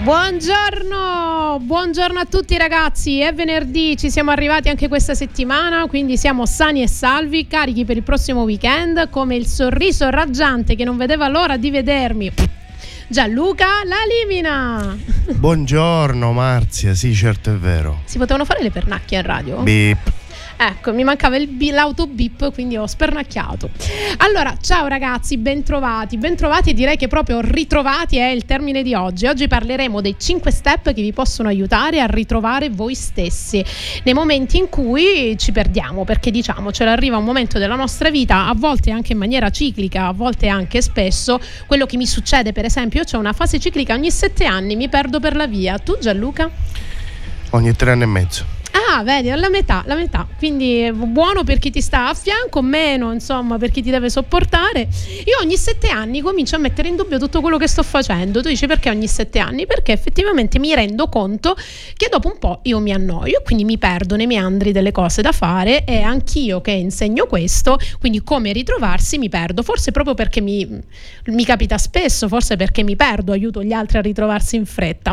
Buongiorno a tutti ragazzi, è venerdì, ci siamo arrivati anche questa settimana, quindi siamo sani e salvi, carichi per il prossimo weekend, come il sorriso raggiante che non vedeva l'ora di vedermi Gianluca Lalimina. Buongiorno Marzia, sì, certo, è vero. Si potevano fare le pernacchie in radio? Beep. Ecco, mi mancava l'autobip, quindi ho spernacchiato. Allora, ciao ragazzi, bentrovati e direi che proprio ritrovati è il termine di oggi. Oggi parleremo dei 5 step che vi possono aiutare a ritrovare voi stessi nei momenti in cui ci perdiamo, perché diciamocelo, arriva un momento della nostra vita, a volte anche in maniera ciclica, a volte anche spesso. Quello che mi succede, per esempio, io c'ho una fase ciclica ogni 7 anni, mi perdo per la via. Tu Gianluca? Ogni 3 anni e mezzo. Ah, vedi, la metà, quindi buono per chi ti sta a fianco, meno insomma per chi ti deve sopportare. Io ogni 7 anni comincio a mettere in dubbio tutto quello che sto facendo. Tu dici perché ogni 7 anni? Perché effettivamente mi rendo conto che dopo un po' io mi annoio, quindi mi perdo nei meandri delle cose da fare, e anch'io che insegno questo, quindi come ritrovarsi, mi perdo, forse proprio perché mi capita spesso, forse perché mi perdo, aiuto gli altri a ritrovarsi in fretta.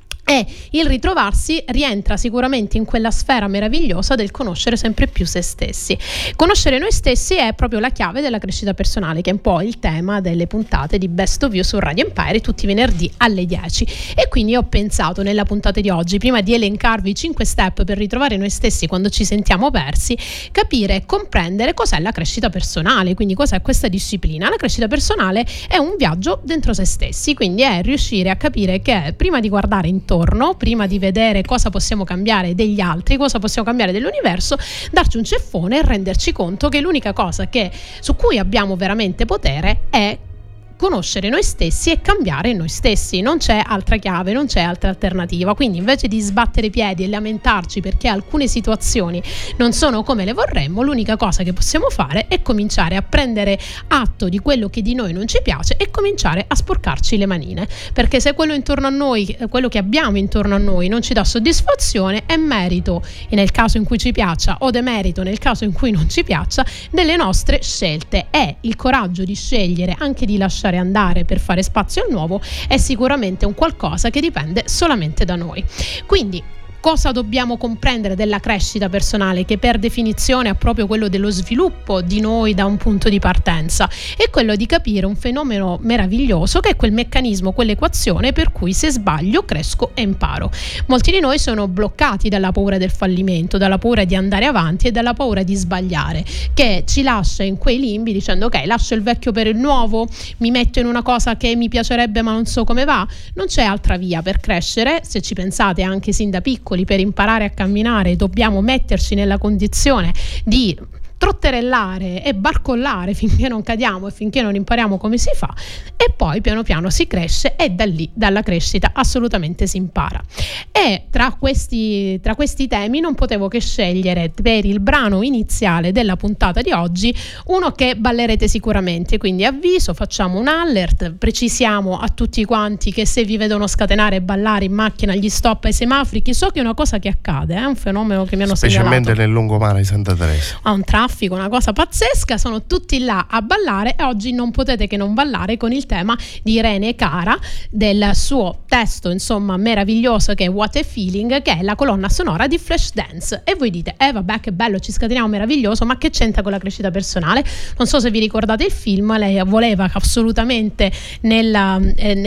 E il ritrovarsi rientra sicuramente in quella sfera meravigliosa del conoscere sempre più se stessi. Conoscere noi stessi è proprio la chiave della crescita personale, che è un po' il tema delle puntate di Best of You su Radio Empire tutti i venerdì alle 10. E quindi ho pensato nella puntata di oggi, prima di elencarvi 5 step per ritrovare noi stessi quando ci sentiamo persi, capire e comprendere cos'è la crescita personale, quindi cos'è questa disciplina. La crescita personale è un viaggio dentro se stessi, quindi è riuscire a capire che prima di guardare intorno, prima di vedere cosa possiamo cambiare degli altri, cosa possiamo cambiare dell'universo, darci un ceffone e renderci conto che l'unica cosa su cui abbiamo veramente potere è conoscere noi stessi e cambiare noi stessi. Non c'è altra chiave, non c'è altra alternativa. Quindi invece di sbattere i piedi e lamentarci perché alcune situazioni non sono come le vorremmo, l'unica cosa che possiamo fare è cominciare a prendere atto di quello che di noi non ci piace e cominciare a sporcarci le manine, perché se quello intorno a noi, quello che abbiamo intorno a noi non ci dà soddisfazione, è merito nel caso in cui ci piaccia o demerito nel caso in cui non ci piaccia delle nostre scelte. È il coraggio di scegliere, anche di lasciare andare per fare spazio al nuovo, è sicuramente un qualcosa che dipende solamente da noi. Quindi cosa dobbiamo comprendere della crescita personale, che per definizione è proprio quello dello sviluppo di noi da un punto di partenza, è quello di capire un fenomeno meraviglioso che è quel meccanismo, quell'equazione per cui se sbaglio cresco e imparo. Molti di noi sono bloccati dalla paura del fallimento, dalla paura di andare avanti e dalla paura di sbagliare, che ci lascia in quei limbi dicendo ok, lascio il vecchio per il nuovo, mi metto in una cosa che mi piacerebbe ma non so come va. Non c'è altra via per crescere. Se ci pensate, anche sin da piccoli, per imparare a camminare dobbiamo metterci nella condizione di trotterellare e barcollare finché non cadiamo e finché non impariamo come si fa, e poi piano piano si cresce e da lì, dalla crescita, assolutamente si impara. E tra questi temi non potevo che scegliere per il brano iniziale della puntata di oggi uno che ballerete sicuramente, quindi avviso, facciamo un alert, precisiamo a tutti quanti che se vi vedono scatenare e ballare in macchina agli stop ai semafori, che so che è una cosa che accade, è un fenomeno che mi hanno specialmente segnalato nel lungomare di Santa Teresa, a un traffico, una cosa pazzesca, sono tutti là a ballare, e oggi non potete che non ballare con il tema di Irene Cara, del suo testo insomma meraviglioso che è What a Feeling, che è la colonna sonora di Flashdance. E voi dite vabbè, che bello, ci scateniamo, meraviglioso, ma che c'entra con la crescita personale? Non so se vi ricordate il film, lei voleva assolutamente nella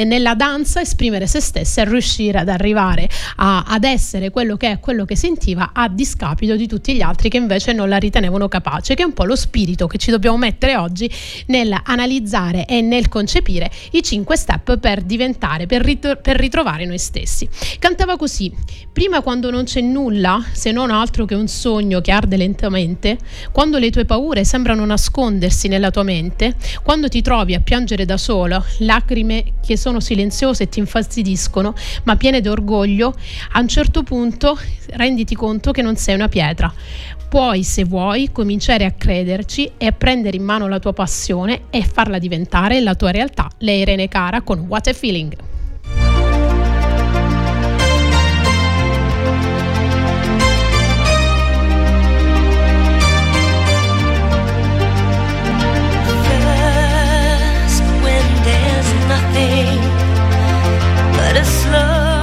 danza esprimere se stessa e riuscire ad arrivare ad essere quello che è, quello che sentiva, a discapito di tutti gli altri che invece non la ritenevano capace, che è un po' lo spirito che ci dobbiamo mettere oggi nel analizzare e nel concepire i 5 step per diventare, per ritrovare noi stessi. Cantava così: prima, quando non c'è nulla se non altro che un sogno che arde lentamente, quando le tue paure sembrano nascondersi nella tua mente, quando ti trovi a piangere da solo, lacrime che sono silenziose e ti infastidiscono ma piene di orgoglio, a un certo punto renditi conto che non sei una pietra. Puoi, se vuoi, cominciare a crederci e a prendere in mano la tua passione e farla diventare la tua realtà. Lei è Irene Cara con What a Feeling. First, when there's nothing but a slow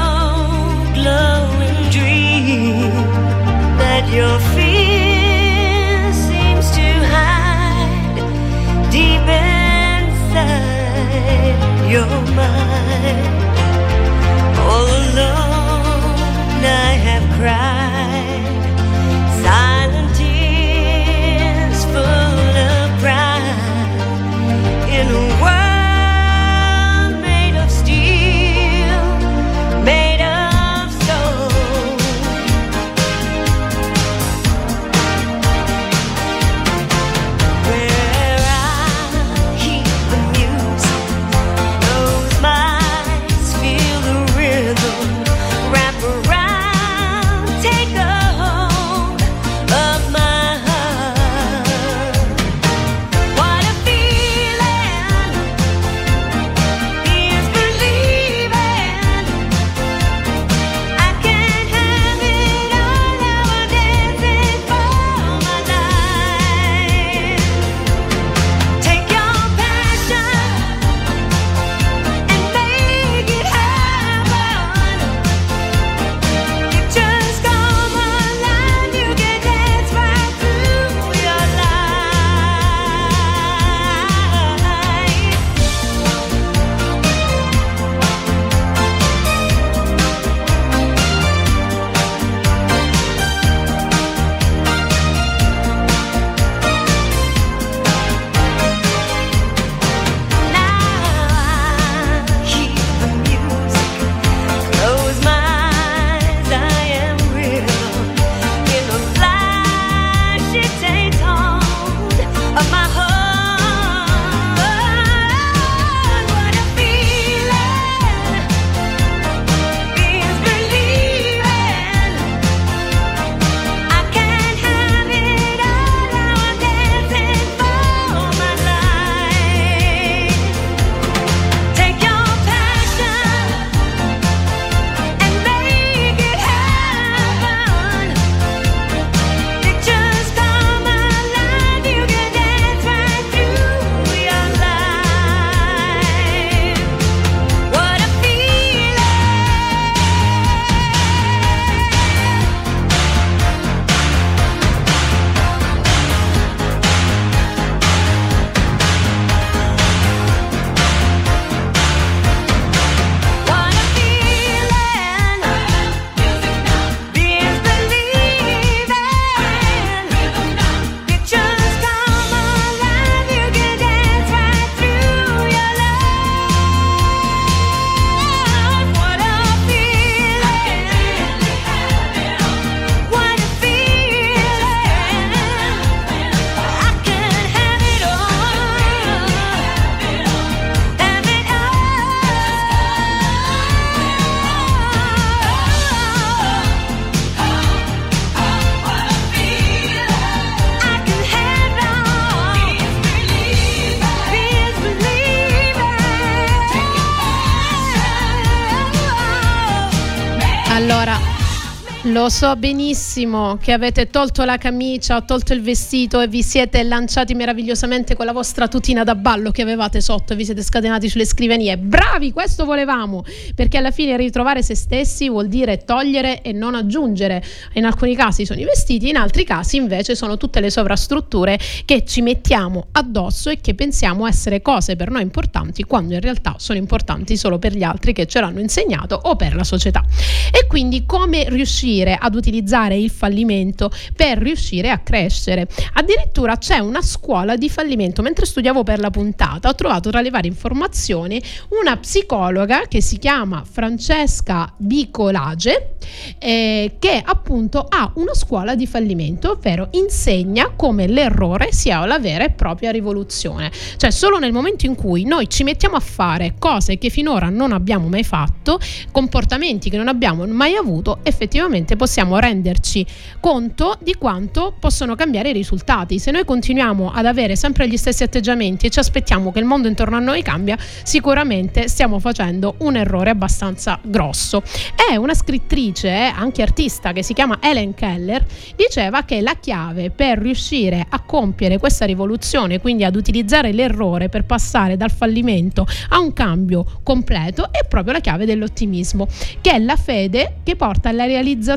Lo so benissimo che avete tolto la camicia, tolto il vestito e vi siete lanciati meravigliosamente con la vostra tutina da ballo che avevate sotto e vi siete scatenati sulle scrivanie. Bravi, questo volevamo, perché alla fine ritrovare se stessi vuol dire togliere e non aggiungere. In alcuni casi sono i vestiti, in altri casi invece sono tutte le sovrastrutture che ci mettiamo addosso e che pensiamo essere cose per noi importanti, quando in realtà sono importanti solo per gli altri che ce l'hanno insegnato o per la società. E quindi come riuscire ad utilizzare il fallimento per riuscire a crescere. Addirittura c'è una scuola di fallimento. Mentre studiavo per la puntata ho trovato tra le varie informazioni una psicologa che si chiama Francesca Bicolage, che appunto ha una scuola di fallimento, ovvero insegna come l'errore sia la vera e propria rivoluzione. Cioè solo nel momento in cui noi ci mettiamo a fare cose che finora non abbiamo mai fatto, comportamenti che non abbiamo mai avuto, effettivamente possiamo renderci conto di quanto possono cambiare i risultati. Se noi continuiamo ad avere sempre gli stessi atteggiamenti e ci aspettiamo che il mondo intorno a noi cambia, sicuramente stiamo facendo un errore abbastanza grosso. È una scrittrice, anche artista, che si chiama Helen Keller, diceva che la chiave per riuscire a compiere questa rivoluzione, quindi ad utilizzare l'errore per passare dal fallimento a un cambio completo, è proprio la chiave dell'ottimismo, che è la fede che porta alla realizzazione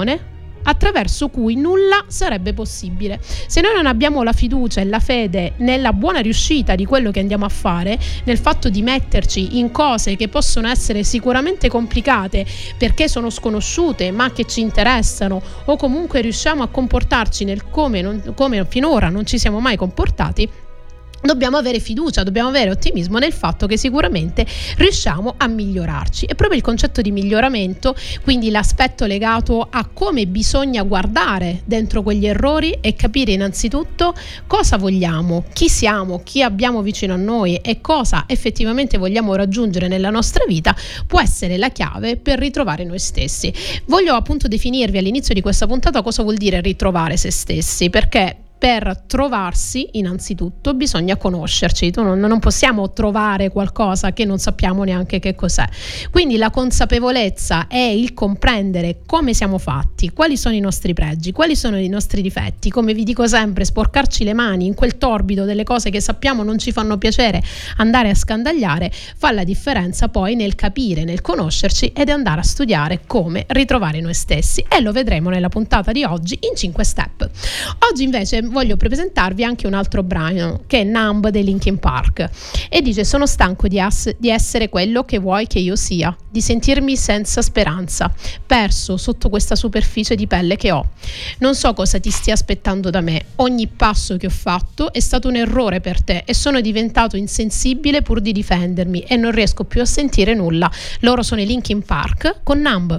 attraverso cui nulla sarebbe possibile. Se noi non abbiamo la fiducia e la fede nella buona riuscita di quello che andiamo a fare, nel fatto di metterci in cose che possono essere sicuramente complicate perché sono sconosciute ma che ci interessano, o comunque riusciamo a comportarci nel come finora non ci siamo mai comportati, dobbiamo avere fiducia, dobbiamo avere ottimismo nel fatto che sicuramente riusciamo a migliorarci. E proprio il concetto di miglioramento, quindi l'aspetto legato a come bisogna guardare dentro quegli errori e capire innanzitutto cosa vogliamo, chi siamo, chi abbiamo vicino a noi e cosa effettivamente vogliamo raggiungere nella nostra vita, può essere la chiave per ritrovare noi stessi. Voglio appunto definirvi all'inizio di questa puntata cosa vuol dire ritrovare se stessi, perché per trovarsi innanzitutto bisogna conoscerci. Non possiamo trovare qualcosa che non sappiamo neanche che cos'è. Quindi la consapevolezza è il comprendere come siamo fatti, quali sono i nostri pregi, quali sono i nostri difetti. Come vi dico sempre, sporcarci le mani in quel torbido delle cose che sappiamo non ci fanno piacere, andare a scandagliare, fa la differenza poi nel capire, nel conoscerci ed andare a studiare come ritrovare noi stessi, e lo vedremo nella puntata di oggi in 5 step. Oggi invece voglio presentarvi anche un altro brano, che è Numb dei Linkin Park, e dice: sono stanco di essere quello che vuoi che io sia, di sentirmi senza speranza, perso sotto questa superficie di pelle che ho. Non so cosa ti stia aspettando da me, ogni passo che ho fatto è stato un errore per te e sono diventato insensibile pur di difendermi e non riesco più a sentire nulla. Loro sono i Linkin Park con Numb.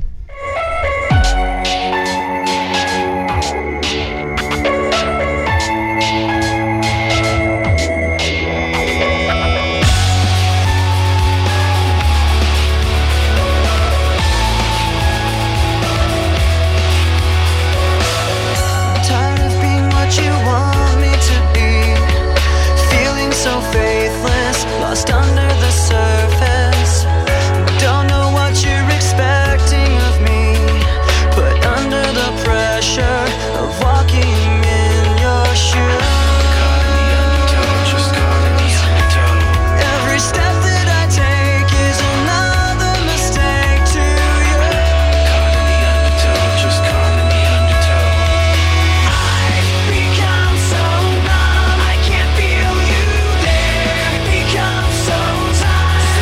Lost under the surface, don't know what you're expecting of me, but under the pressure of walking in your shoes, caught in the undertow, just caught in the undertow. Every step that I take is another mistake to you, caught in the undertow, just caught in the undertow. I've become so numb, I can't feel you there, become so tired.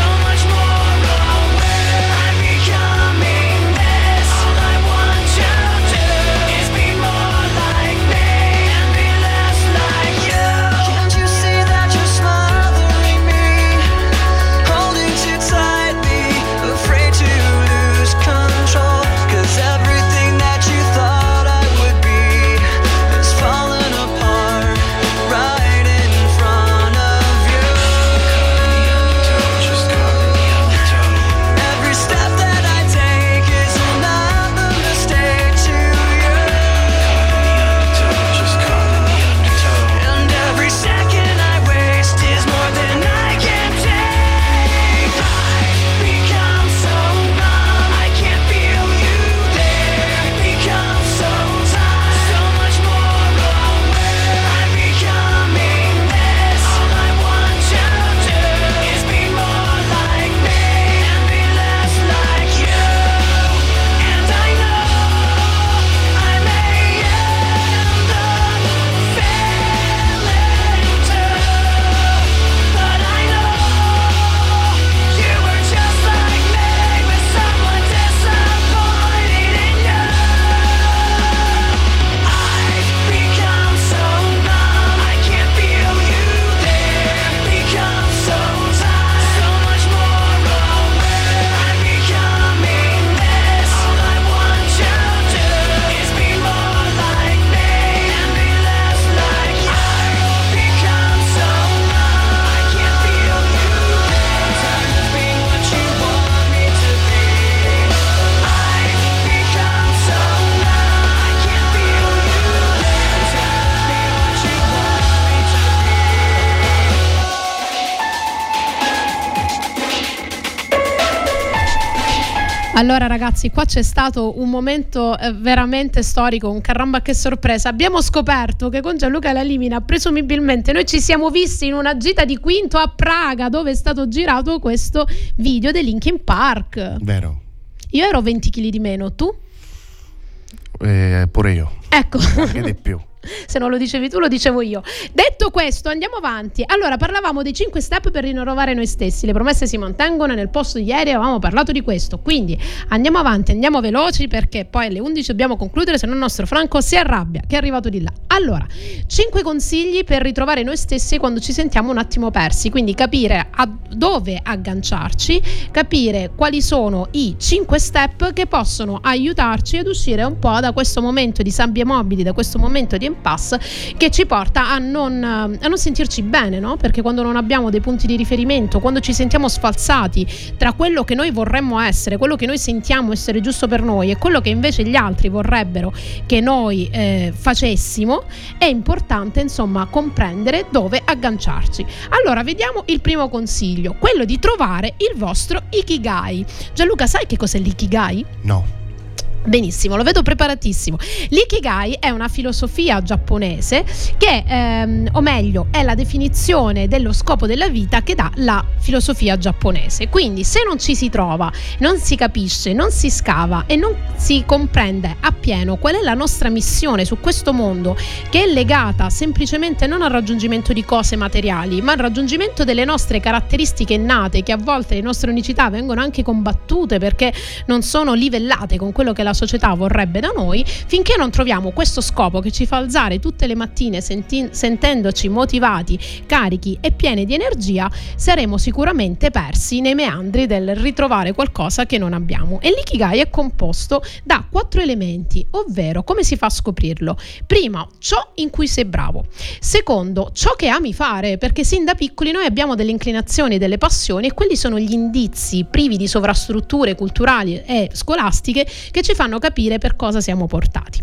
Allora ragazzi, qua c'è stato un momento veramente storico, un caramba che sorpresa. Abbiamo scoperto che con Gianluca Lalimina presumibilmente noi ci siamo visti in una gita di Quinto a Praga, dove è stato girato questo video dei Linkin Park. Vero. Io ero 20 kg di meno, tu? Pure io. Ecco. Anche di più. Se non lo dicevi tu, lo dicevo io. Detto questo, andiamo avanti. Allora, parlavamo dei 5 step per rinnovare noi stessi. Le promesse si mantengono. Nel post di ieri avevamo parlato di questo. Quindi andiamo avanti, andiamo veloci, perché poi alle 11 dobbiamo concludere, se no il nostro Franco si arrabbia, che è arrivato di là. Allora, 5 consigli per ritrovare noi stessi quando ci sentiamo un attimo persi. Quindi capire a dove agganciarci, capire quali sono i 5 step che possono aiutarci ad uscire un po' da questo momento di sabbie mobili, da questo momento di impasse che ci porta a non sentirci bene, no? Perché quando non abbiamo dei punti di riferimento, quando ci sentiamo sfalsati tra quello che noi vorremmo essere, quello che noi sentiamo essere giusto per noi e quello che invece gli altri vorrebbero che noi facessimo, è importante insomma comprendere dove agganciarci. Allora vediamo il primo consiglio, quello di trovare il vostro Ikigai. Gianluca, sai che cos'è l'Ikigai? No. Benissimo, lo vedo preparatissimo. L'ikigai è una filosofia giapponese che, o meglio, è la definizione dello scopo della vita che dà la filosofia giapponese. Quindi se non ci si trova, non si capisce, non si scava e non si comprende appieno qual è la nostra missione su questo mondo, che è legata semplicemente non al raggiungimento di cose materiali, ma al raggiungimento delle nostre caratteristiche innate, che a volte le nostre unicità vengono anche combattute perché non sono livellate con quello che la società vorrebbe da noi, finché non troviamo questo scopo che ci fa alzare tutte le mattine sentendoci motivati, carichi e pieni di energia, saremo sicuramente persi nei meandri del ritrovare qualcosa che non abbiamo. E l'ikigai è composto da 4 elementi, ovvero come si fa a scoprirlo? Prima, ciò in cui sei bravo. Secondo, ciò che ami fare, perché sin da piccoli noi abbiamo delle inclinazioni, delle passioni, e quelli sono gli indizi privi di sovrastrutture culturali e scolastiche che ci fanno capire per cosa siamo portati.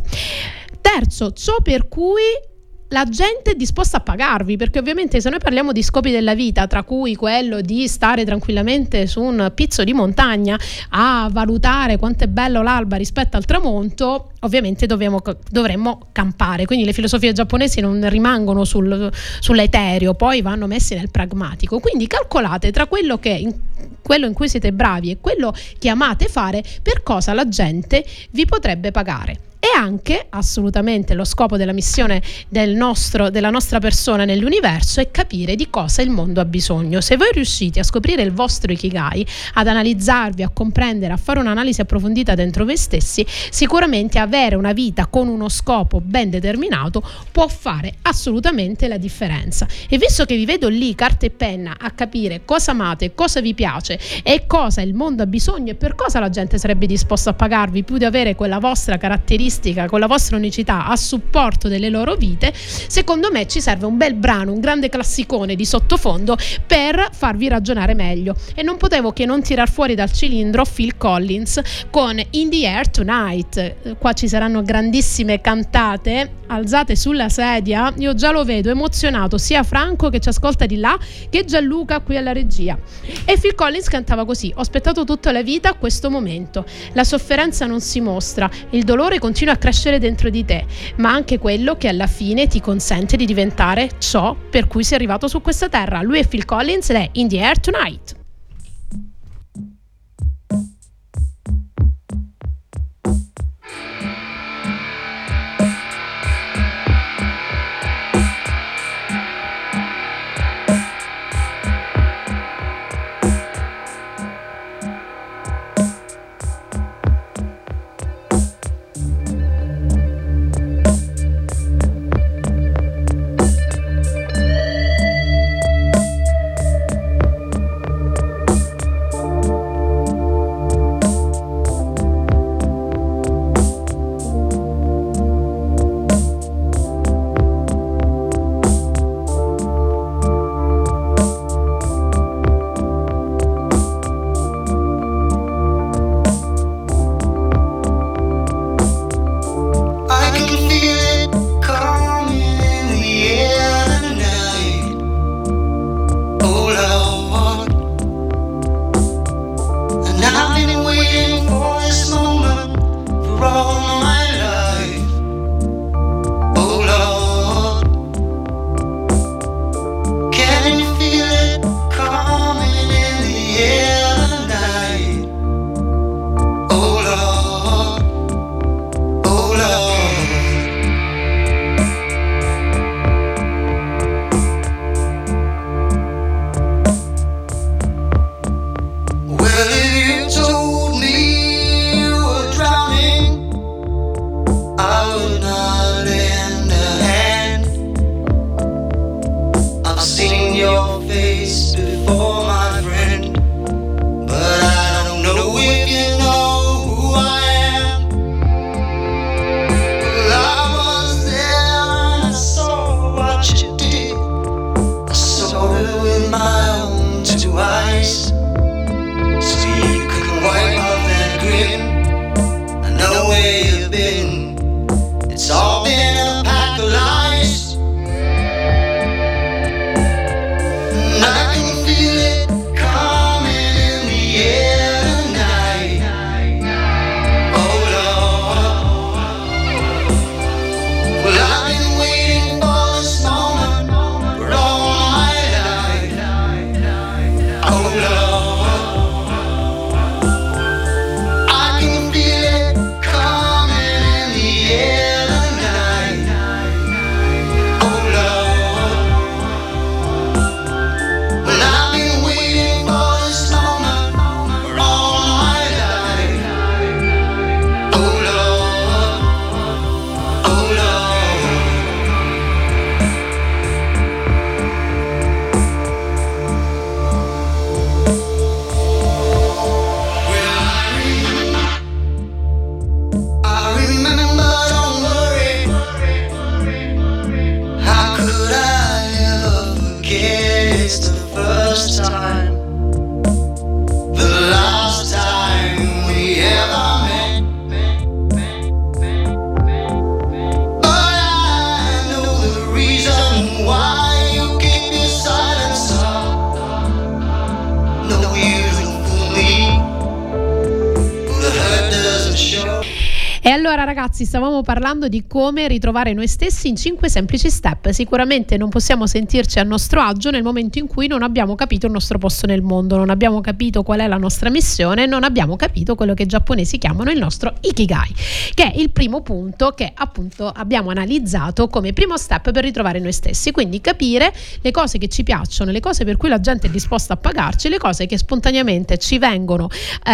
Terzo, ciò per cui la gente è disposta a pagarvi, perché ovviamente se noi parliamo di scopi della vita, tra cui quello di stare tranquillamente su un pizzo di montagna a valutare quanto è bello l'alba rispetto al tramonto, ovviamente dovremmo campare. Quindi le filosofie giapponesi non rimangono sull'etereo, poi vanno messe nel pragmatico. Quindi calcolate tra quello in cui siete bravi e quello che amate fare, per cosa la gente vi potrebbe pagare. E anche assolutamente lo scopo della missione della nostra persona nell'universo è capire di cosa il mondo ha bisogno. Se voi riuscite a scoprire il vostro Ikigai, ad analizzarvi, a comprendere, a fare un'analisi approfondita dentro voi stessi, sicuramente avere una vita con uno scopo ben determinato può fare assolutamente la differenza. E visto che vi vedo lì carta e penna a capire cosa amate, cosa vi piace e cosa il mondo ha bisogno e per cosa la gente sarebbe disposta a pagarvi più di avere quella vostra caratteristica, con la vostra unicità a supporto delle loro vite, secondo me ci serve un bel brano, un grande classicone di sottofondo per farvi ragionare meglio. E non potevo che non tirar fuori dal cilindro Phil Collins con In the Air Tonight. Qua ci saranno grandissime cantate, alzate sulla sedia, io già lo vedo emozionato, sia Franco che ci ascolta di là che Gianluca qui alla regia. E Phil Collins cantava così: ho aspettato tutta la vita questo momento, la sofferenza non si mostra, il dolore continua a crescere dentro di te, ma anche quello che alla fine ti consente di diventare ciò per cui sei arrivato su questa terra. Lui è Phil Collins ed è In the Air Tonight. know you fully. The hurt doesn't show. E allora ragazzi, stavamo parlando di come ritrovare noi stessi in 5 semplici step. Sicuramente non possiamo sentirci a nostro agio nel momento in cui non abbiamo capito il nostro posto nel mondo, non abbiamo capito qual è la nostra missione, non abbiamo capito quello che i giapponesi chiamano il nostro Ikigai, che è il primo punto che appunto abbiamo analizzato come primo step per ritrovare noi stessi. Quindi capire le cose che ci piacciono, le cose per cui la gente è disposta a pagarci, le cose che spontaneamente ci vengono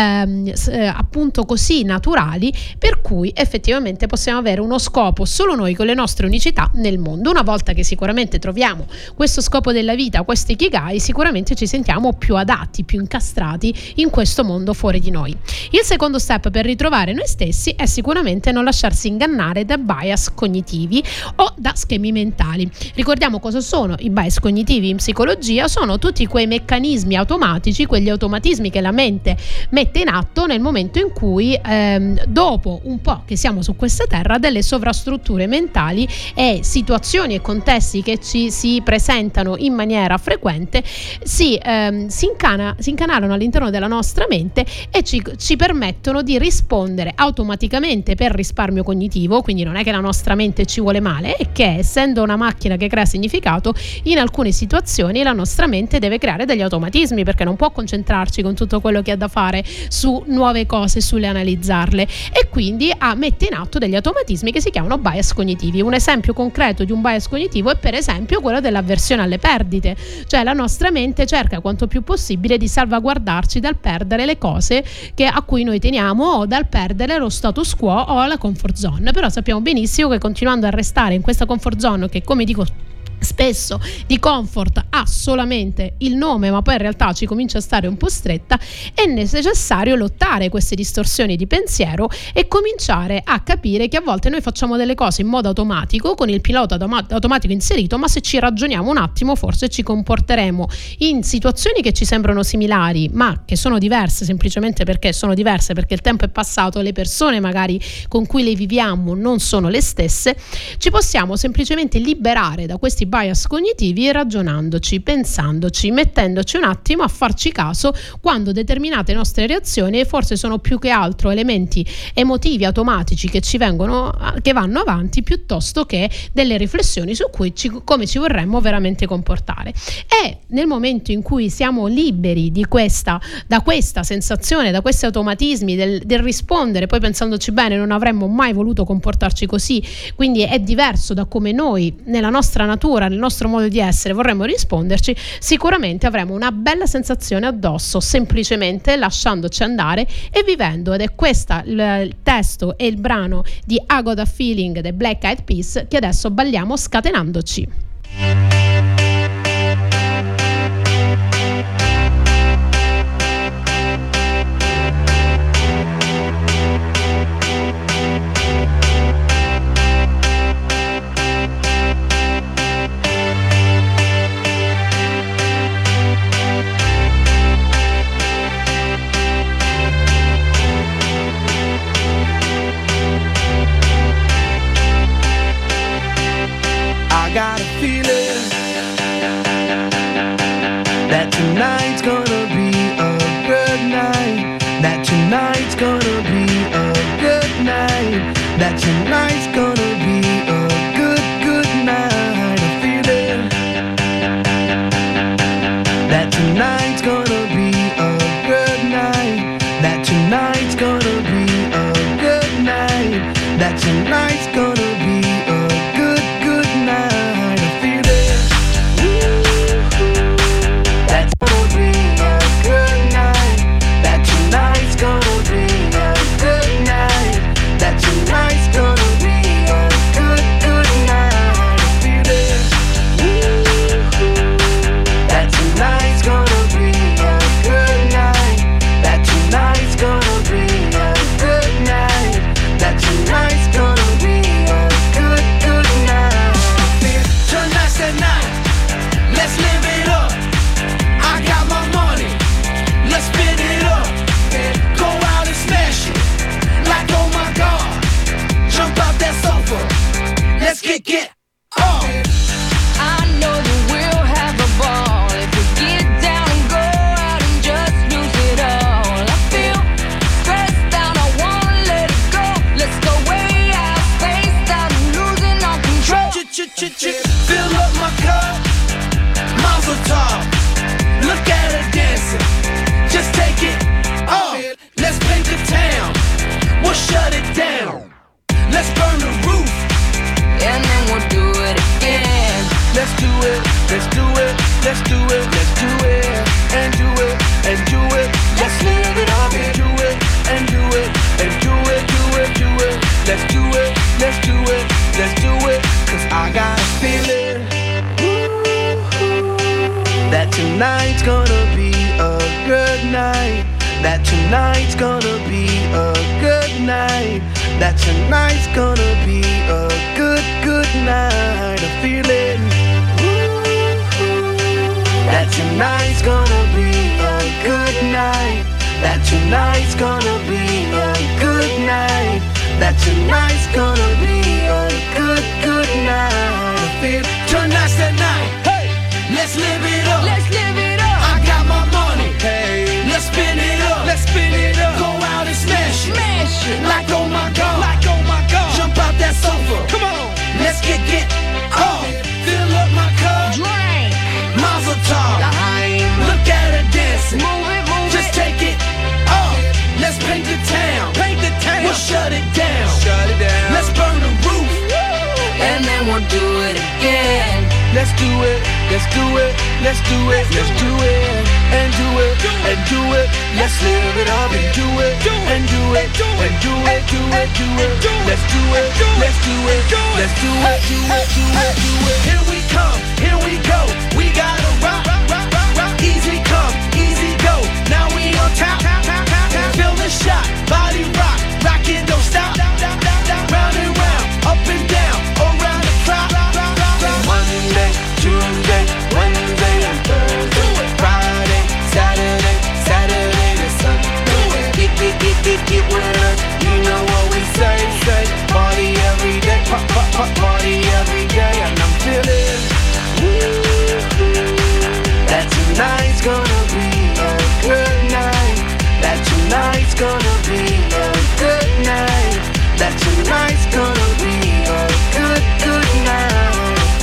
appunto così naturali, per cui effettivamente possiamo avere uno scopo solo noi con le nostre unicità nel mondo. Una volta che sicuramente troviamo questo scopo della vita, questo Ikigai, sicuramente ci sentiamo più adatti, più incastrati in questo mondo fuori di noi. Il secondo step per ritrovare noi stessi è sicuramente non lasciarsi ingannare da bias cognitivi o da schemi mentali. Ricordiamo cosa sono i bias cognitivi in psicologia: sono tutti quei meccanismi automatici, quegli automatismi che la mente mette in atto nel momento in cui dopo un po' che siamo su questa terra, delle sovrastrutture mentali e situazioni e contesti che ci si presentano in maniera frequente si incanalano all'interno della nostra mente e ci permettono di rispondere automaticamente per risparmio cognitivo. Quindi non è che la nostra mente ci vuole male, è che essendo una macchina che crea significato, in alcune situazioni la nostra mente deve creare degli automatismi, perché non può concentrarci con tutto quello che ha da fare su nuove cose, sulle analizzarle, e quindi mette in atto degli automatismi che si chiamano bias cognitivi. Un esempio concreto di un bias cognitivo è per esempio quello dell'avversione alle perdite, cioè la nostra mente cerca quanto più possibile di salvaguardarci dal perdere le cose a cui noi teniamo, o dal perdere lo status quo o la comfort zone. Però sappiamo benissimo che continuando a restare in questa comfort zone, che come dico spesso di comfort ha solamente il nome, ma poi in realtà ci comincia a stare un po' stretta, è necessario lottare queste distorsioni di pensiero e cominciare a capire che a volte noi facciamo delle cose in modo automatico, con il pilota automatico inserito, ma se ci ragioniamo un attimo forse ci comporteremo in situazioni che ci sembrano similari ma che sono diverse, semplicemente perché sono diverse, perché il tempo è passato, le persone magari con cui le viviamo non sono le stesse. Ci possiamo semplicemente liberare da questi bias cognitivi ragionandoci, pensandoci, mettendoci un attimo a farci caso quando determinate nostre reazioni forse sono più che altro elementi emotivi automatici che vanno avanti, piuttosto che delle riflessioni su cui come ci vorremmo veramente comportare. E nel momento in cui siamo liberi da questa sensazione, da questi automatismi del rispondere, poi pensandoci bene non avremmo mai voluto comportarci così, quindi è diverso da come noi nella nostra natura, nel nostro modo di essere vorremmo risponderci, sicuramente avremo una bella sensazione addosso, semplicemente lasciandoci andare e vivendo. Ed è questo il testo e il brano di I Got a Feeling dei Black Eyed Peas che adesso balliamo scatenandoci. I got a feeling that tonight's gonna be a good night, that tonight's gonna be a good, good night. I'm feeling that tonight's gonna be a good night, that tonight's gonna be a good night, that tonight's gonna be a good, good night. I feel tonight's the night, hey, let's live it up, let's live it up. I got my money, hey, let's spin it up, let's spin it up. Go out and smash it, smash it, like oh my god, like oh my god. Jump out that sofa, come on, let's get off. Fill up my cup, drink, Mazel tov. Look at her dancing, move it, just take it off. Let's paint the town, we'll shut it down, let's burn the roof, and then we'll do it again. Let's do it, let's do it, let's do it, let's do it, and do it, and do it. Let's live it up and do it, and do it, and do it, do it, do it. Let's do it, let's do it, let's do it, do it, do it, do it. Here we come, here we go. We gotta rock, rock, rock, rock. Easy come, easy go. Now we on top, feel the shot, body rock, rock it, don't stop. Round and round, up and down, around the clock. Monday, Tuesday, Wednesday, and Thursday, Friday, Saturday, Saturday to Sunday. Get with us, you know what we say. Party every day, party every day, and I'm feeling that tonight's gonna be a good night. That tonight's gonna be a good night. That tonight's gonna be a good, good night.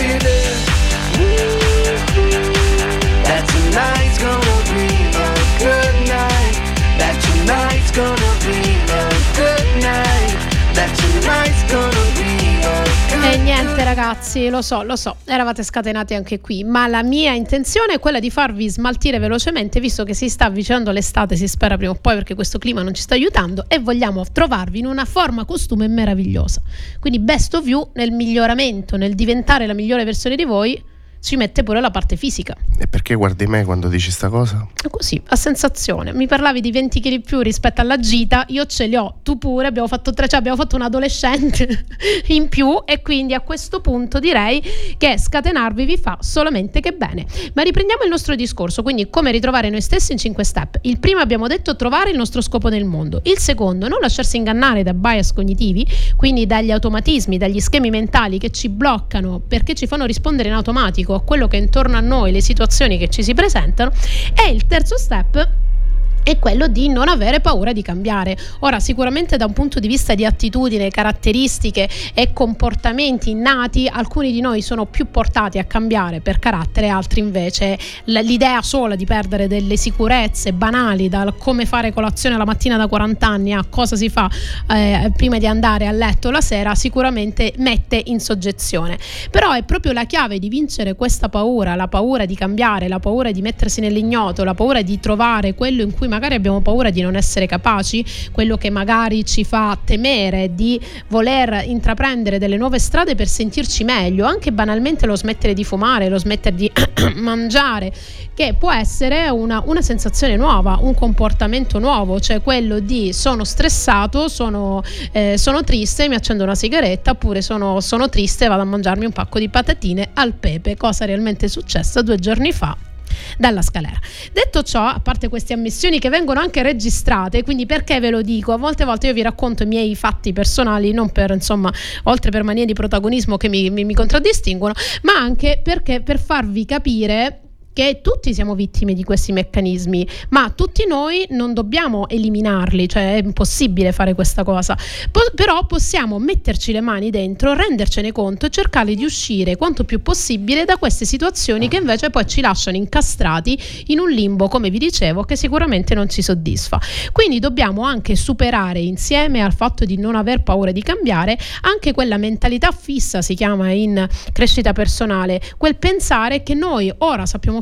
That tonight's gonna be a good night. That tonight's gonna be a good night. That tonight's gonna be a good night. E niente ragazzi, lo so, eravate scatenati anche qui, ma la mia intenzione è quella di farvi smaltire velocemente, visto che si sta avvicinando l'estate, si spera prima o poi, perché questo clima non ci sta aiutando, e vogliamo trovarvi in una forma costume meravigliosa. Quindi best of you nel miglioramento, nel diventare la migliore versione di voi, ci mette pure la parte fisica. E perché guardi me quando dici sta cosa? Così, a sensazione. Mi parlavi di 20 kg in più rispetto alla gita, io ce li ho, tu pure, abbiamo fatto un adolescente in più, e quindi a questo punto direi che scatenarvi vi fa solamente che bene. Ma riprendiamo il nostro discorso, quindi come ritrovare noi stessi in 5 step. Il primo, abbiamo detto, trovare il nostro scopo nel mondo. Il secondo, non lasciarsi ingannare da bias cognitivi, quindi dagli automatismi, dagli schemi mentali che ci bloccano perché ci fanno rispondere in automatico a quello che è intorno a noi, le situazioni che ci si presentano. E il terzo step è quello di non avere paura di cambiare. Ora, sicuramente da un punto di vista di attitudine, caratteristiche e comportamenti innati, alcuni di noi sono più portati a cambiare per carattere, altri invece l'idea sola di perdere delle sicurezze banali, dal come fare colazione la mattina da 40 anni a cosa si fa prima di andare a letto la sera, sicuramente mette in soggezione. Però è proprio la chiave di vincere questa paura, la paura di cambiare, la paura di mettersi nell'ignoto, la paura di trovare quello in cui magari abbiamo paura di non essere capaci, quello che magari ci fa temere di voler intraprendere delle nuove strade per sentirci meglio, anche banalmente lo smettere di fumare, lo smettere di mangiare, che può essere una sensazione nuova, un comportamento nuovo, cioè quello di sono stressato, sono triste, mi accendo una sigaretta, oppure sono triste e vado a mangiarmi un pacco di patatine al pepe, cosa realmente successa 2 giorni fa dalla Scalera. Detto ciò, a parte queste ammissioni che vengono anche registrate, quindi perché ve lo dico, a volte io vi racconto i miei fatti personali, non per, insomma, oltre per manie di protagonismo che mi contraddistinguono, ma anche perché per farvi capire che tutti siamo vittime di questi meccanismi, ma tutti noi non dobbiamo eliminarli, cioè è impossibile fare questa cosa, però possiamo metterci le mani dentro, rendercene conto e cercare di uscire quanto più possibile da queste situazioni che invece poi ci lasciano incastrati in un limbo, come vi dicevo, che sicuramente non ci soddisfa. Quindi dobbiamo anche superare, insieme al fatto di non aver paura di cambiare, anche quella mentalità fissa, si chiama in crescita personale, quel pensare che noi ora sappiamo fare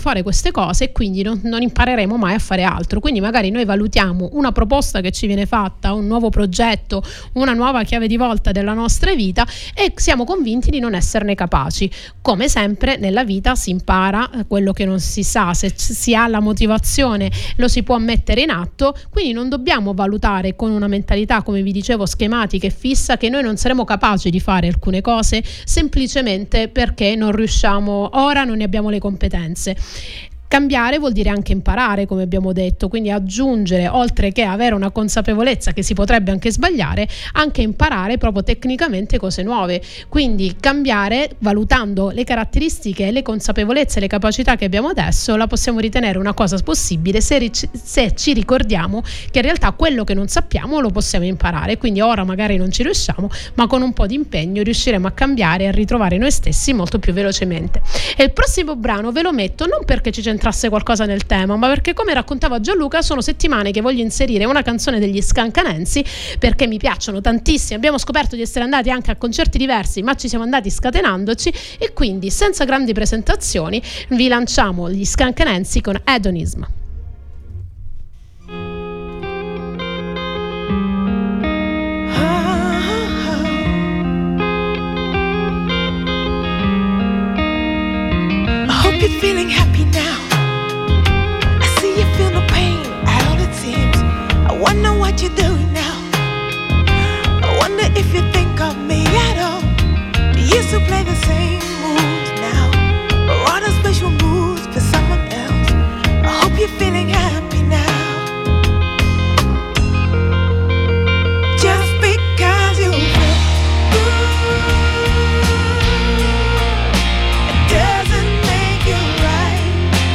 fare queste cose e quindi non impareremo mai a fare altro. Quindi magari noi valutiamo una proposta che ci viene fatta, un nuovo progetto, una nuova chiave di volta della nostra vita e siamo convinti di non esserne capaci. Come sempre nella vita si impara quello che non si sa, se si ha la motivazione lo si può mettere in atto, quindi non dobbiamo valutare con una mentalità, come vi dicevo, schematica e fissa, che noi non saremo capaci di fare alcune cose semplicemente perché non riusciamo, ora non ne abbiamo le competenze. Cambiare vuol dire anche imparare, come abbiamo detto, quindi aggiungere, oltre che avere una consapevolezza che si potrebbe anche sbagliare, anche imparare proprio tecnicamente cose nuove. Quindi cambiare valutando le caratteristiche, le consapevolezze, le capacità che abbiamo adesso, la possiamo ritenere una cosa possibile se ci ricordiamo che in realtà quello che non sappiamo lo possiamo imparare. Quindi ora magari non ci riusciamo, ma con un po' di impegno riusciremo a cambiare e a ritrovare noi stessi molto più velocemente. E il prossimo brano ve lo metto non perché ci entrasse qualcosa nel tema, ma perché, come raccontava Gianluca, sono settimane che voglio inserire una canzone degli Scancanensi perché mi piacciono tantissimo. Abbiamo scoperto di essere andati anche a concerti diversi, ma ci siamo andati scatenandoci e quindi senza grandi presentazioni vi lanciamo gli Scancanensi con Hedonism. I hope you're feeling happy now. I see you feel no pain at all, it seems. I wonder what you're doing now. I wonder if you think of me at all. You used to play the same moves now, or are those special moves for someone else? I hope you're feeling happy now. Just because you feel good, it doesn't make you right.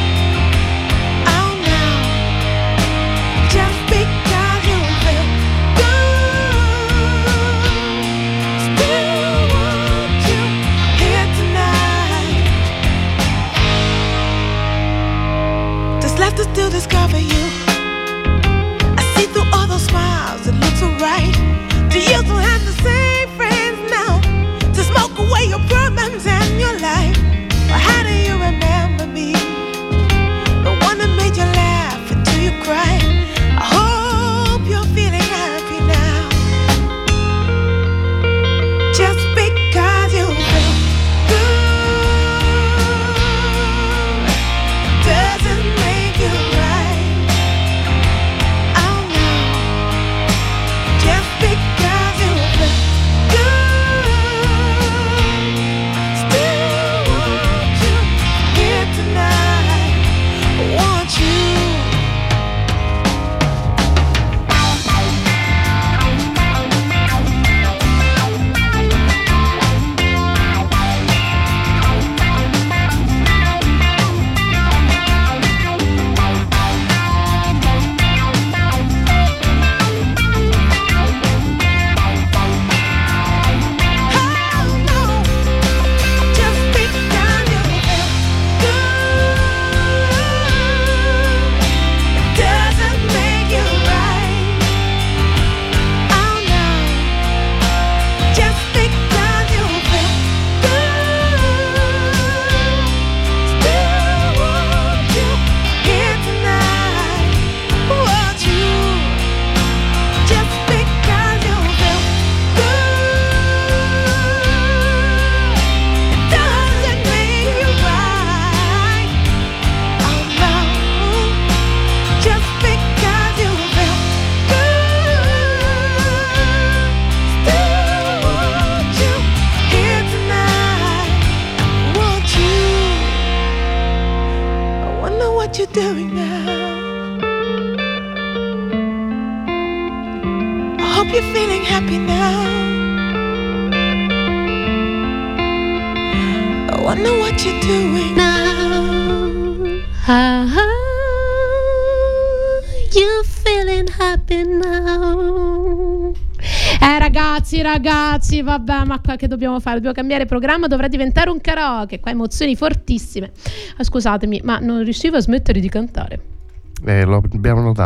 Oh no. Just because you feel good, still want you here tonight. There's left to still discover you. I see through all those smiles, it looks alright. Do you still have the same friends now to smoke away your problems and your life? Or how do you remember me? The one that made you laugh until you cry. I hope you're feeling happy now. Just because you feel good doesn't make you right. Oh no. Just because you feel good, still want you here tonight. Want you. You're doing now. I hope you're feeling happy now. I wonder what you're doing Now, you feeling happy now? Ragazzi, vabbè, ma qua che dobbiamo fare? Dobbiamo cambiare programma, dovrà diventare un karaoke. Qua emozioni fortissime. Scusatemi, ma non riuscivo a smettere di cantare. Lo abbiamo notato.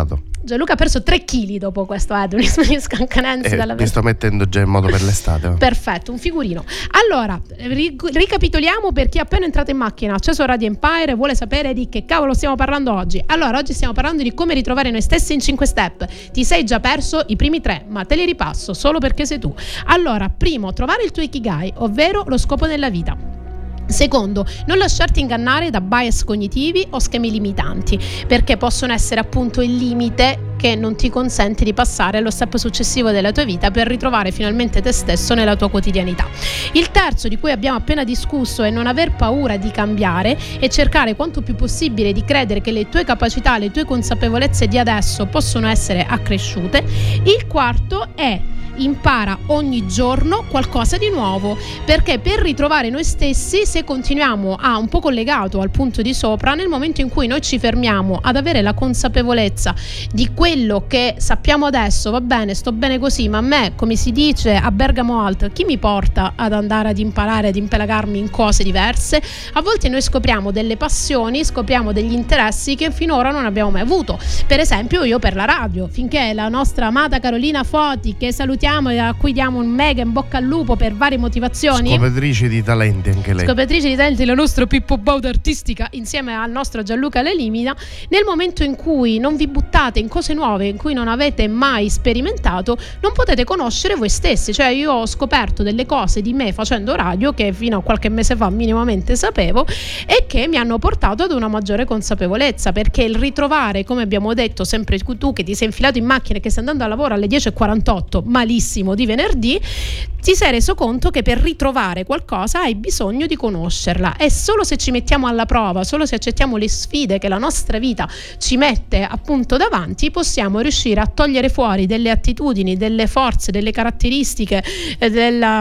Gianluca ha perso 3 kg dopo questo Adonis Scancanense dalla mi sto mettendo già in modo per l'estate. Perfetto, un figurino. Allora, ricapitoliamo per chi è appena entrato in macchina, ha acceso Radio Empire e vuole sapere di che cavolo stiamo parlando oggi. Allora, oggi stiamo parlando di come ritrovare noi stessi in 5 step. Ti sei già perso i primi 3, ma te li ripasso solo perché sei tu. Allora, primo, trovare il tuo Ikigai, ovvero lo scopo nella vita. Secondo, non lasciarti ingannare da bias cognitivi o schemi limitanti, perché possono essere appunto il limite che non ti consente di passare allo step successivo della tua vita per ritrovare finalmente te stesso nella tua quotidianità. Il terzo, di cui abbiamo appena discusso, è non aver paura di cambiare e cercare quanto più possibile di credere che le tue capacità, le tue consapevolezze di adesso possono essere accresciute. Il quarto è impara ogni giorno qualcosa di nuovo, perché per ritrovare noi stessi, se continuiamo a un po' collegato al punto di sopra, nel momento in cui noi ci fermiamo ad avere la consapevolezza di quello che sappiamo adesso, va bene, sto bene così, ma a me, come si dice a Bergamo Alt, chi mi porta ad andare ad imparare, ad impelagarmi in cose diverse? A volte noi scopriamo delle passioni, scopriamo degli interessi che finora non abbiamo mai avuto. Per esempio io per la radio, finché la nostra amata Carolina Foti, che salutiamo e a cui diamo un mega in bocca al lupo per varie motivazioni, scopritrice di talenti anche lei, scopritrice di talenti, la nostra Pippo Bauda artistica insieme al nostro Gianluca L'Elimina, nel momento in cui non vi buttate in cose nuove in cui non avete mai sperimentato, non potete conoscere voi stessi. Cioè io ho scoperto delle cose di me facendo radio che fino a qualche mese fa minimamente sapevo e che mi hanno portato ad una maggiore consapevolezza, perché il ritrovare, come abbiamo detto sempre tu che ti sei infilato in macchina e che stai andando a lavoro alle 10:48 malissimo di venerdì, ti sei reso conto che per ritrovare qualcosa hai bisogno di conoscerla, e solo se ci mettiamo alla prova, solo se accettiamo le sfide che la nostra vita ci mette appunto davanti, possiamo riuscire a togliere fuori delle attitudini, delle forze, delle caratteristiche, della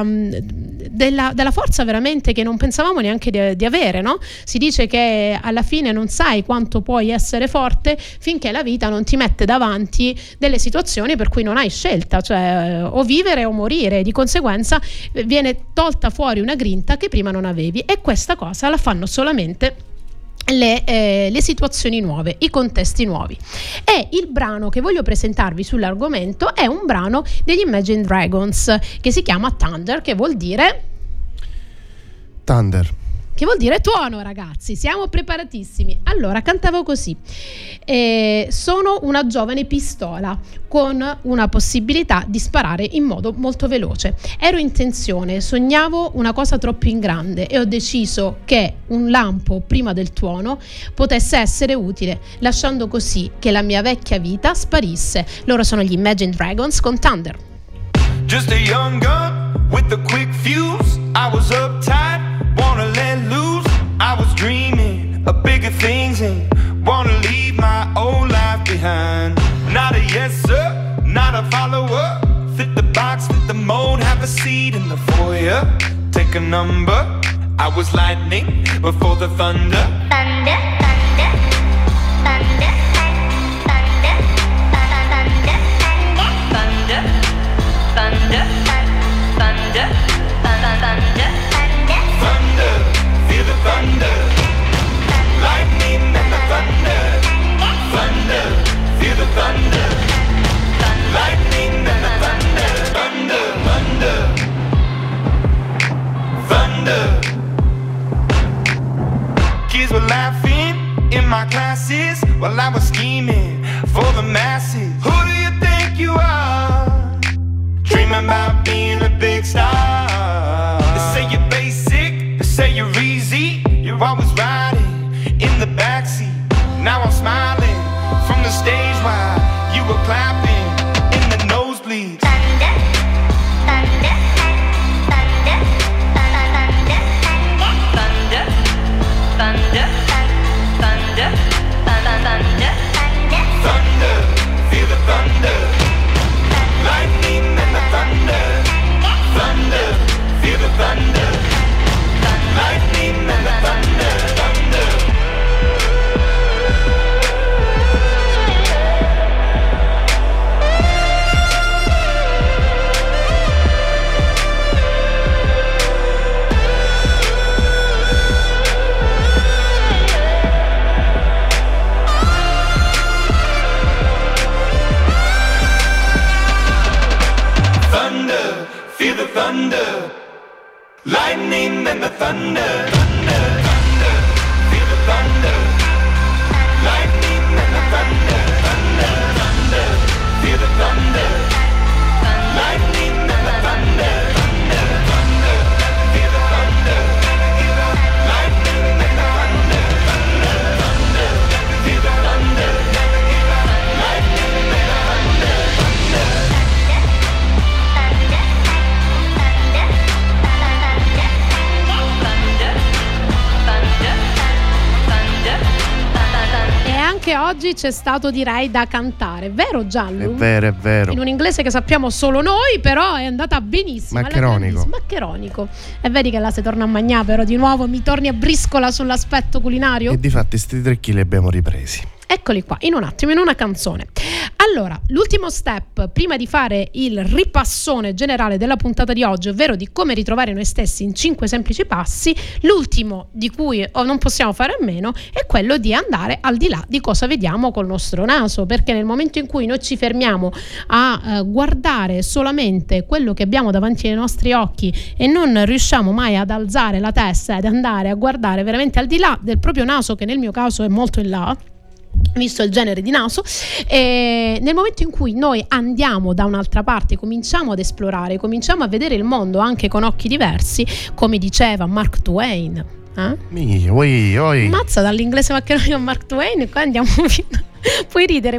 forza veramente che non pensavamo neanche di avere, no? Si dice che alla fine non sai quanto puoi essere forte finché la vita non ti mette davanti delle situazioni per cui non hai scelta, cioè o vivere o morire. Di conseguenza viene tolta fuori una grinta che prima non avevi, e questa cosa la fanno solamente le situazioni nuove, i contesti nuovi. E il brano che voglio presentarvi sull'argomento è un brano degli Imagine Dragons che si chiama Thunder, che vuol dire Thunder, che vuol dire tuono, ragazzi. Siamo preparatissimi. Allora, cantavo così: sono una giovane pistola con una possibilità di sparare in modo molto veloce. Ero in tensione, sognavo una cosa troppo in grande e ho deciso che un lampo prima del tuono potesse essere utile, lasciando così che la mia vecchia vita sparisse. Loro sono gli Imagine Dragons con Thunder. Just a young gun with a quick fuse. I was uptight, wanna let loose. I was dreaming of bigger things and wanna leave my old life behind. Not a yes sir, not a follower. Fit the box, fit the mold, have a seat in the foyer. Take a number. I was lightning before the thunder. Thunder, thunder, thunder, thunder, thunder, thunder, thunder, thunder, thunder, thunder, thunder, feel the thunder, lightning and the thunder, thunder, feel the thunder, lightning and the thunder, thunder, thunder, thunder. Kids were laughing in my classes while I was scheming for the masses. Who do you think you are? Dreaming about being a big star. They say you're basic, they say you're easy. You're always riding in the backseat. Now I'm smiling from the stage while you were clapping in the nosebleeds. thunder, thunder, thunder, thunder, Thunder, thunder, thunder, thunder, thunder, feel the thunder, lightning and the thunder, thunder, feel the thunder, lightning and the thunder, thunder. Lightning and the thunder, thunder, thunder. Feel the thunder. Lightning and the thunder, thunder, thunder. Feel the thunder. Lightning and the thunder, thunder, thunder. Feel the thunder. Lightning and the thunder, thunder, thunder. Feel the thunder. Lightning and the thunder, thunder. E anche oggi c'è stato, direi, da cantare, vero Giallo? È vero, è vero. In un inglese che sappiamo solo noi, però è andata benissimo. Maccheronico. Maccheronico. E vedi che là si torna a mangiare, però di nuovo mi torni a briscola sull'aspetto culinario? E difatti sti 3 kg li abbiamo ripresi. Eccoli qua, in un attimo, in una canzone. Allora, l'ultimo step, prima di fare il ripassone generale della puntata di oggi, ovvero di come ritrovare noi stessi in 5 semplici passi, l'ultimo di cui non possiamo fare a meno è quello di andare al di là di cosa vediamo col nostro naso, perché nel momento in cui noi ci fermiamo a guardare solamente quello che abbiamo davanti ai nostri occhi e non riusciamo mai ad alzare la testa ed andare a guardare veramente al di là del proprio naso, che nel mio caso è molto in là, visto il genere di naso, e nel momento in cui noi andiamo da un'altra parte, cominciamo ad esplorare, cominciamo a vedere il mondo anche con occhi diversi, come diceva Mark Twain. Oi. Mazza, dall'inglese maccheronico a Mark Twain, qua andiamo puoi ridere.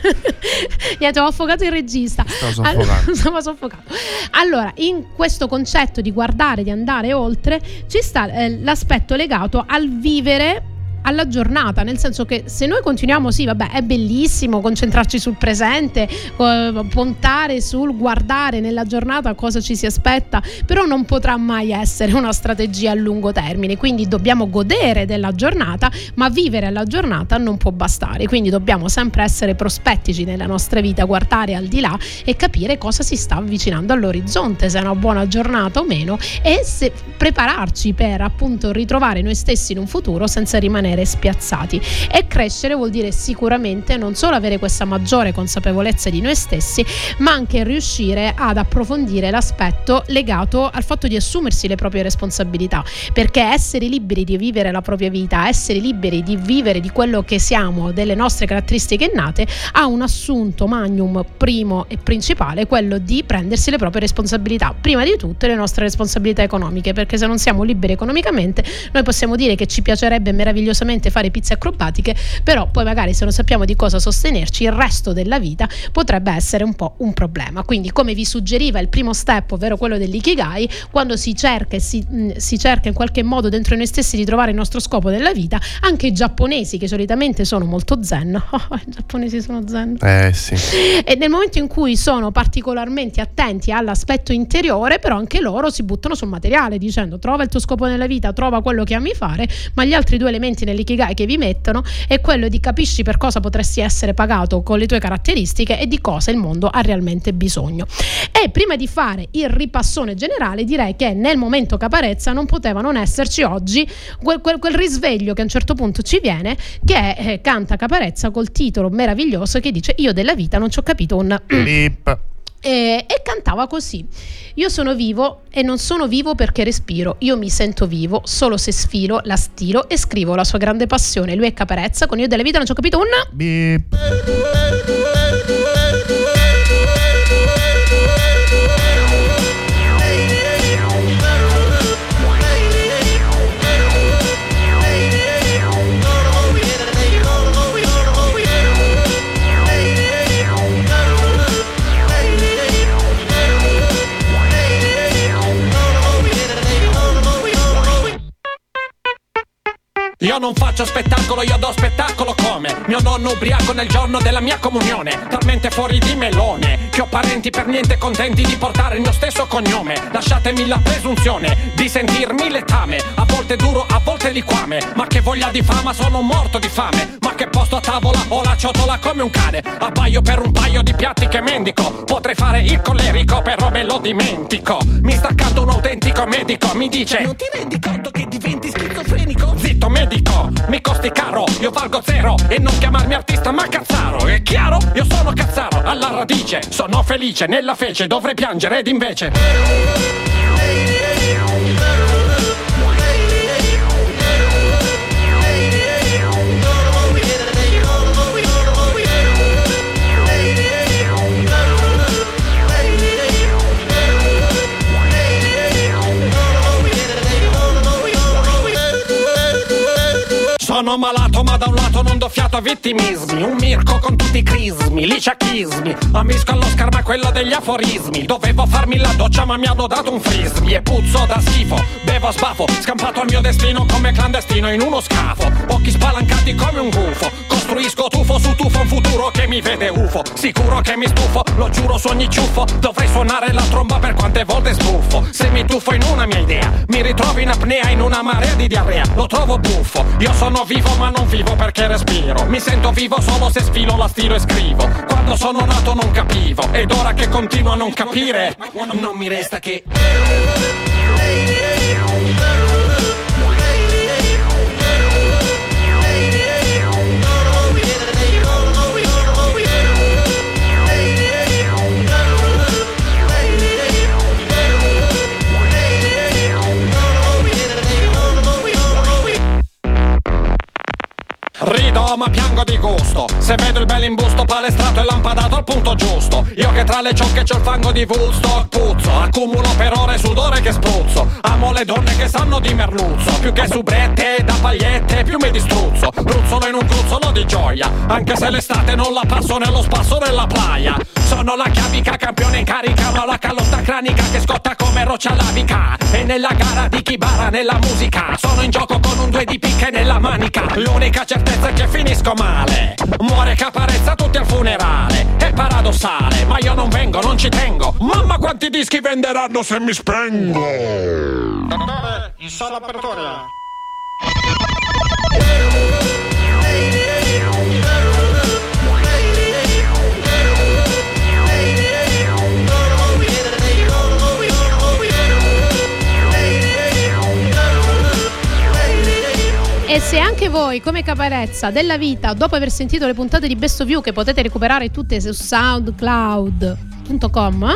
Niente, ho affogato il regista. Stavo soffocando. Allora, in questo concetto di guardare, di andare oltre, ci sta l'aspetto legato al vivere alla giornata, nel senso che se noi continuiamo, sì vabbè è bellissimo concentrarci sul presente, puntare sul guardare nella giornata cosa ci si aspetta, però non potrà mai essere una strategia a lungo termine, quindi dobbiamo godere della giornata, ma vivere la giornata non può bastare, quindi dobbiamo sempre essere prospettici nella nostra vita, guardare al di là e capire cosa si sta avvicinando all'orizzonte, se è una buona giornata o meno, e se prepararci per appunto ritrovare noi stessi in un futuro senza rimanere spiazzati. E crescere vuol dire sicuramente non solo avere questa maggiore consapevolezza di noi stessi, ma anche riuscire ad approfondire l'aspetto legato al fatto di assumersi le proprie responsabilità, perché essere liberi di vivere la propria vita, essere liberi di vivere di quello che siamo, delle nostre caratteristiche innate, ha un assunto magnum primo e principale, quello di prendersi le proprie responsabilità, prima di tutte le nostre responsabilità economiche, perché se non siamo liberi economicamente noi possiamo dire che ci piacerebbe meravigliosamente fare pizze acrobatiche, però poi magari se non sappiamo di cosa sostenerci il resto della vita potrebbe essere un po' un problema. Quindi, come vi suggeriva il primo step, ovvero quello dell'ikigai, quando si cerca in qualche modo dentro noi stessi di trovare il nostro scopo nella vita, anche i giapponesi, che solitamente sono molto zen, i giapponesi sono zen, sì. E nel momento in cui sono particolarmente attenti all'aspetto interiore, però anche loro si buttano sul materiale dicendo: trova il tuo scopo nella vita, trova quello che ami fare, ma gli altri 2 elementi nell'ikigai che vi mettono è quello di capisci per cosa potresti essere pagato con le tue caratteristiche e di cosa il mondo ha realmente bisogno. E prima di fare il ripassone generale, direi che nel momento Caparezza non poteva non esserci oggi quel risveglio che a un certo punto ci viene, che canta Caparezza col titolo meraviglioso che dice: io della vita non ci ho capito un Beep. E cantava così: io sono vivo e non sono vivo perché respiro, io mi sento vivo solo se sfilo, la stilo e scrivo la sua grande passione. Lui è Caparezza con Io della vita non ci ho capito un Beep. Io non faccio spettacolo, io do spettacolo come mio nonno ubriaco nel giorno della mia comunione, talmente fuori di melone che ho parenti per niente contenti di portare il mio stesso cognome. Lasciatemi la presunzione di sentirmi letame, a volte duro, a volte liquame, ma che voglia di fama, sono morto di fame. Ma che posto a tavola, ho la ciotola come un cane, abbaio per un paio di piatti che mendico. Potrei fare il collerico, però me lo dimentico. Mi sta accanto un autentico medico, mi dice: non ti rendi conto che diventi schizofrenico? Zitto medico, mi costi caro, io valgo zero, e non chiamarmi artista ma cazzaro. È chiaro? Io sono cazzaro alla radice, sono felice nella fece, dovrei piangere ed invece Sono malato ma da un lato non do fiato a vittimismi. Un Mirko con tutti i crismi, liceachismi. Ambisco allo schermo quello degli aforismi. Dovevo farmi la doccia ma mi hanno dato un frisbee. E puzzo da schifo, bevo a sbafo. Scampato al mio destino come clandestino in uno scafo. Occhi spalancati come un gufo. Costruisco tufo su tufo un futuro che mi vede UFO. Sicuro che mi stufo, lo giuro su ogni ciuffo. Dovrei suonare la tromba per quante volte sbuffo. Se mi tuffo in una mia idea, mi ritrovo in apnea in una marea di diarrea. Lo trovo buffo, io sono vivo ma non vivo perché respiro. Mi sento vivo solo se sfilo la stilo e scrivo. Quando sono nato non capivo, ed ora che continuo a non capire, non mi resta che... Rido ma piango di gusto, se vedo il bel imbusto palestrato e lampadato al punto giusto. Io che tra le ciocche c'ho il fango di Woodstock puzzo, accumulo per ore sudore che spruzzo. Amo le donne che sanno di merluzzo, più che subrette da pagliette più mi distruzzo. Bruzzolo in un gruzzolo di gioia, anche se l'estate non la passo nello spasso della playa. Sono la chiavica campione in carica, ma la calotta cranica che scotta come roccia lavica. E nella gara di chi bara nella musica sono in gioco con un 2 di picche nella manica. L'unica certezza è che finisco male, muore Caparezza tutti al funerale. È paradossale, ma io non vengo, non ci tengo. Mamma quanti dischi venderanno se mi spengo. Dottore, in sala apertura. E se anche voi, come Caparezza, della vita, dopo aver sentito le puntate di Best of You, che potete recuperare tutte su soundcloud.com,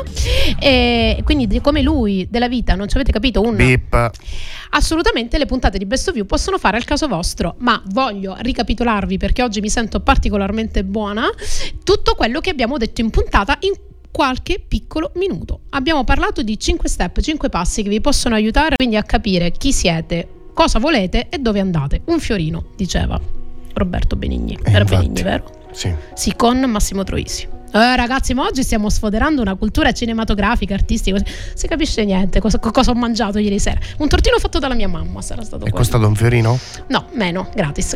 e quindi come lui della vita non ci avete capito un Beep. Assolutamente le puntate di Best of You possono fare al caso vostro, ma voglio ricapitolarvi, perché oggi mi sento particolarmente buona, tutto quello che abbiamo detto in puntata in qualche piccolo minuto. Abbiamo parlato di 5 step, 5 passi che vi possono aiutare quindi a capire chi siete, cosa volete e dove andate. Un fiorino, diceva Roberto Benigni. Era infatti, Benigni, vero? Sì. Sì, con Massimo Troisi. Ragazzi, ma oggi stiamo sfoderando una cultura cinematografica, artistica. Si capisce niente. Cosa ho mangiato ieri sera? Un tortino fatto dalla mia mamma. Sarà stato È costato un fiorino? No, meno, gratis.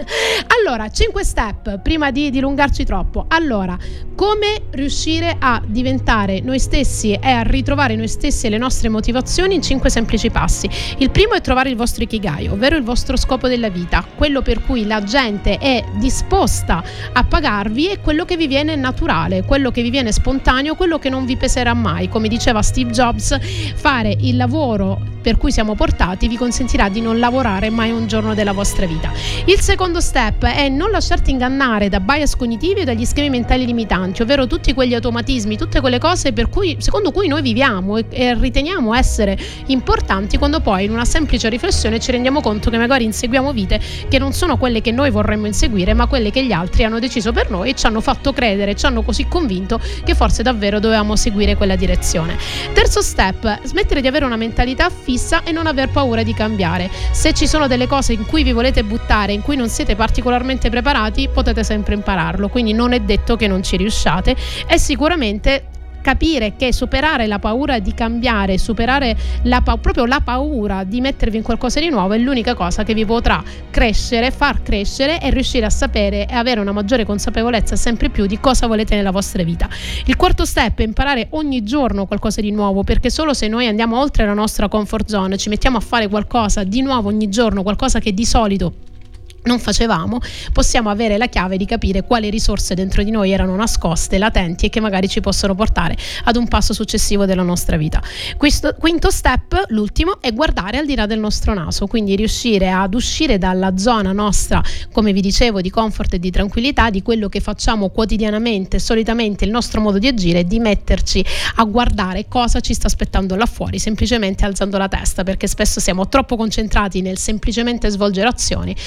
Allora, 5 step prima di dilungarci troppo. Allora, come riuscire a diventare noi stessi e a ritrovare noi stessi e le nostre motivazioni in 5 semplici passi. Il primo è trovare il vostro ikigai, ovvero il vostro scopo della vita, quello per cui la gente è disposta a pagarvi e quello che vi viene naturale, quello che vi viene spontaneo, quello che non vi peserà mai. Come diceva Steve Jobs, fare il lavoro per cui siamo portati vi consentirà di non lavorare mai un giorno della vostra vita. Il secondo step è non lasciarti ingannare da bias cognitivi o dagli schemi mentali limitanti, ovvero tutti quegli automatismi, tutte quelle cose per cui, secondo cui noi viviamo e riteniamo essere importanti, quando poi in una semplice riflessione ci rendiamo conto che magari inseguiamo vite che non sono quelle che noi vorremmo inseguire, ma quelle che gli altri hanno deciso per noi e ci hanno fatto credere, ci hanno così convinto che forse davvero dovevamo seguire quella direzione. Terzo step, smettere di avere una mentalità fissa e non aver paura di cambiare. Se ci sono delle cose in cui vi volete buttare, in cui non siete particolarmente preparati, potete sempre impararlo, quindi non è detto che non ci riusciate. E sicuramente capire che superare la paura di cambiare, superare proprio la paura di mettervi in qualcosa di nuovo è l'unica cosa che vi potrà crescere, far crescere e riuscire a sapere e avere una maggiore consapevolezza sempre più di cosa volete nella vostra vita. Il quarto step è imparare ogni giorno qualcosa di nuovo, perché solo se noi andiamo oltre la nostra comfort zone, ci mettiamo a fare qualcosa di nuovo ogni giorno, qualcosa che di solito non facevamo, possiamo avere la chiave di capire quali risorse dentro di noi erano nascoste, latenti e che magari ci possono portare ad un passo successivo della nostra vita. Questo quinto step, l'ultimo, è guardare al di là del nostro naso, quindi riuscire ad uscire dalla zona nostra, come vi dicevo, di comfort e di tranquillità, di quello che facciamo quotidianamente, solitamente il nostro modo di agire, e di metterci a guardare cosa ci sta aspettando là fuori, semplicemente alzando la testa, perché spesso siamo troppo concentrati nel semplicemente svolgere azioni, non andando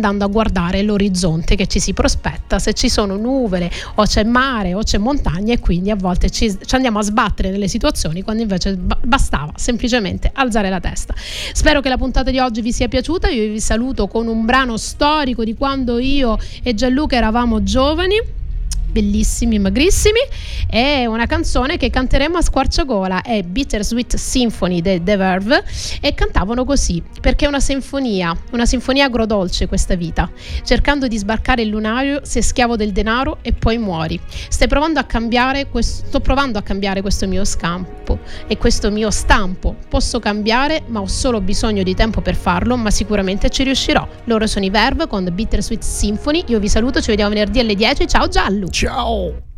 andando a guardare l'orizzonte che ci si prospetta, se ci sono nuvole o c'è mare o c'è montagna, e quindi a volte ci andiamo a sbattere nelle situazioni quando invece bastava semplicemente alzare la testa. Spero che la puntata di oggi vi sia piaciuta. Io vi saluto con un brano storico di quando io e Gianluca eravamo giovani, bellissimi, magrissimi, è una canzone che canteremo a squarciagola, è Bittersweet Symphony dei The Verve, e cantavano così perché è una sinfonia agrodolce questa vita, cercando di sbarcare il lunario sei schiavo del denaro e poi muori. Sto provando a cambiare questo mio scampo e questo mio stampo, posso cambiare ma ho solo bisogno di tempo per farlo, ma sicuramente ci riuscirò. Loro sono i Verve con The Bittersweet Symphony. Io vi saluto, ci vediamo venerdì alle 10. Ciao Giallo. Ciao.